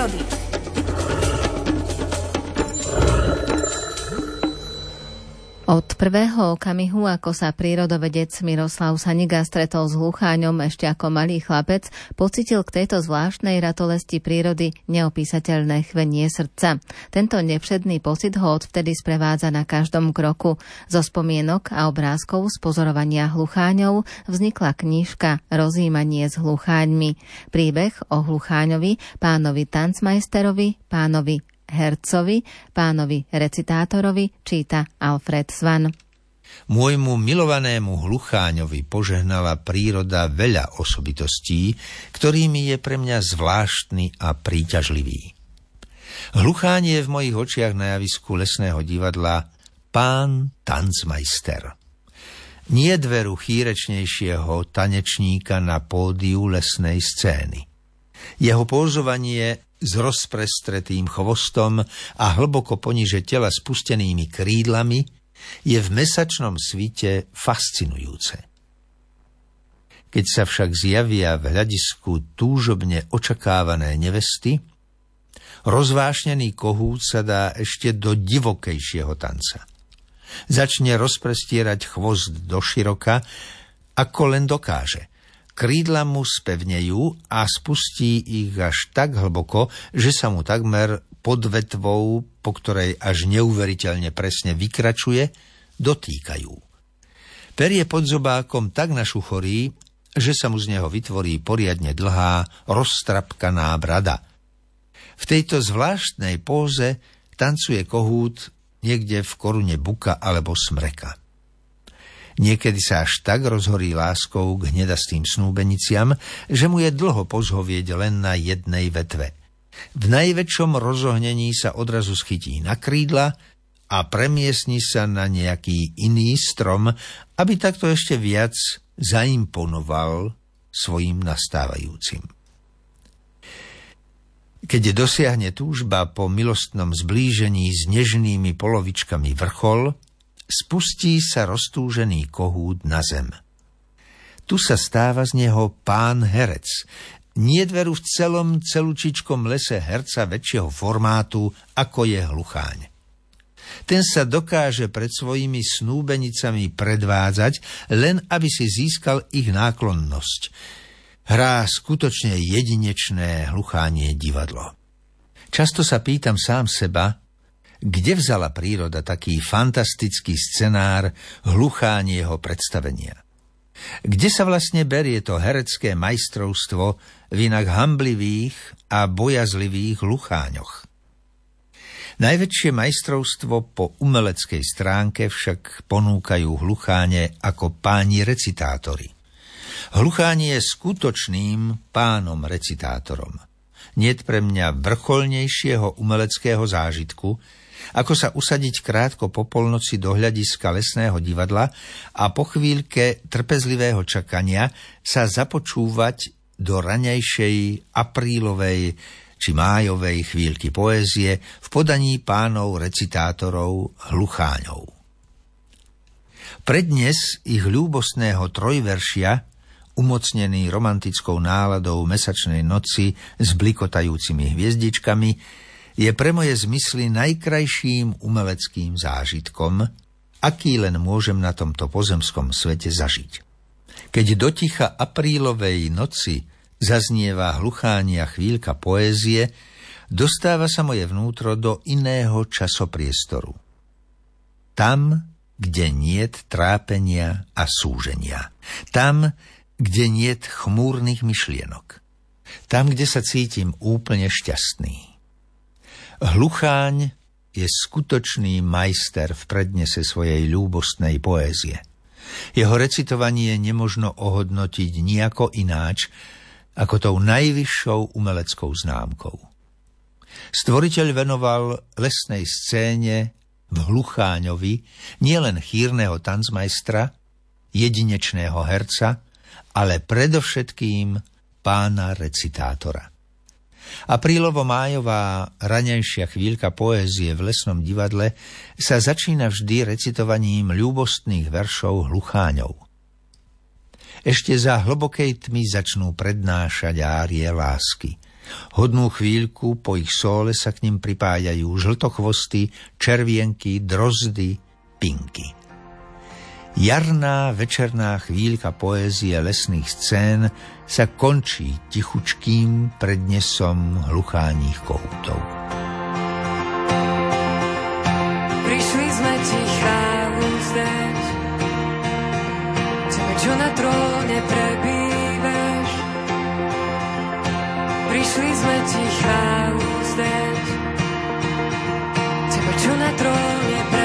prírody. Od prvého okamihu, ako sa prírodovedec Miroslav Saniga stretol s hlucháňom ešte ako malý chlapec, pocitil k tejto zvláštnej ratolesti prírody neopísateľné chvenie srdca. Tento nevšedný pocit ho odvtedy sprevádza na každom kroku. Zo spomienok a obrázkov z pozorovania hlucháňov vznikla knižka Rozjímanie s hlucháňmi. Príbeh o hlucháňovi, pánovi tancmajsterovi, pánovi hercovi, pánovi recitátorovi číta Alfred Svan. Môjmu milovanému hlucháňovi požehnala príroda veľa osobitostí, ktorými je pre mňa zvláštny a príťažlivý. Hlucháň je v mojich očiach na javisku lesného divadla pán tancmajster. Nie dveru chýrečnejšieho tanečníka na pódiu lesnej scény. Jeho pózovanie s rozprestretým chvostom a hlboko poniže tela spustenými krídlami je v mesačnom svite fascinujúce. Keď sa však zjavia v hľadisku túžobne očakávané nevesty, rozvášnený kohút sa dá ešte do divokejšieho tanca. Začne rozprestierať chvost doširoka, ako len dokáže. Krídla mu spevnejú a spustí ich až tak hlboko, že sa mu takmer pod vetvou, po ktorej až neuveriteľne presne vykračuje, dotýkajú. Perie pod zobákom tak našuchorí, že sa mu z neho vytvorí poriadne dlhá, roztrapkaná brada. V tejto zvláštnej póze tancuje kohút niekde v korune buka alebo smreka. Niekedy sa až tak rozhorí láskou k hnedastým snúbeniciam, že mu je dlho pozhovieť len na jednej vetve. V najväčšom rozohnení sa odrazu schytí na krídla a premiestni sa na nejaký iný strom, aby takto ešte viac zaimponoval svojim nastávajúcim. Keď dosiahne túžba po milostnom zblížení s nežnými polovičkami vrchol, spustí sa roztúžený kohút na zem. Tu sa stáva z neho pán herec. Niet veru v celom celúčičkom lese herca väčšieho formátu, ako je hlucháň. Ten sa dokáže pred svojimi snúbenicami predvádzať, len aby si získal ich náklonnosť. Hrá skutočne jedinečné hluchánie divadlo. Často sa pýtam sám seba, kde vzala príroda taký fantastický scenár hluchánieho predstavenia? Kde sa vlastne berie to herecké majstrovstvo v inak hanblivých a bojazlivých hlucháňoch? Najväčšie majstrovstvo po umeleckej stránke však ponúkajú hlucháne ako páni recitátori. Hlucháň je skutočným pánom recitátorom. Niet pre mňa vrcholnejšieho umeleckého zážitku, ako sa usadiť krátko po polnoci do hľadiska lesného divadla a po chvíľke trpezlivého čakania sa započúvať do raňajšej aprílovej či májovej chvíľky poézie v podaní pánov recitátorov hlucháňov. Prednes ich ľúbostného trojveršia, umocnený romantickou náladou mesačnej noci s blikotajúcimi hviezdičkami, je pre moje zmysly najkrajším umeleckým zážitkom, aký len môžem na tomto pozemskom svete zažiť. Keď do ticha aprílovej noci zaznieva hluchánia chvíľka poézie, dostáva sa moje vnútro do iného časopriestoru. Tam, kde niet trápenia a súženia. Tam, kde niet chmúrnych myšlienok. Tam, kde sa cítim úplne šťastný. Hlucháň je skutočný majster v prednese svojej ľúbostnej poézie. Jeho recitovanie nemožno ohodnotiť nijako ináč, ako tou najvyššou umeleckou známkou. Stvoriteľ venoval lesnej scéne v hlucháňovi nielen chýrneho tancmajstra, jedinečného herca, ale predovšetkým pána recitátora. Aprílovo-májová raňajšia chvíľka poézie v lesnom divadle sa začína vždy recitovaním ľúbostných veršov hlucháňov. Ešte za hlbokej tmy začnú prednášať árie lásky. Hodnú chvíľku po ich sóle sa k nim pripájajú žltochvosty, červienky, drozdy, pinky. Jarná večerná chvíľka poézie lesných scén sa končí tichučkým prednesom hlucháních koutov. Prišli sme ti chválu vzdať, tebe, čo na tróne prebývaš. Prišli sme ti chválu vzdať, tebe, čo na tróne prebývaš.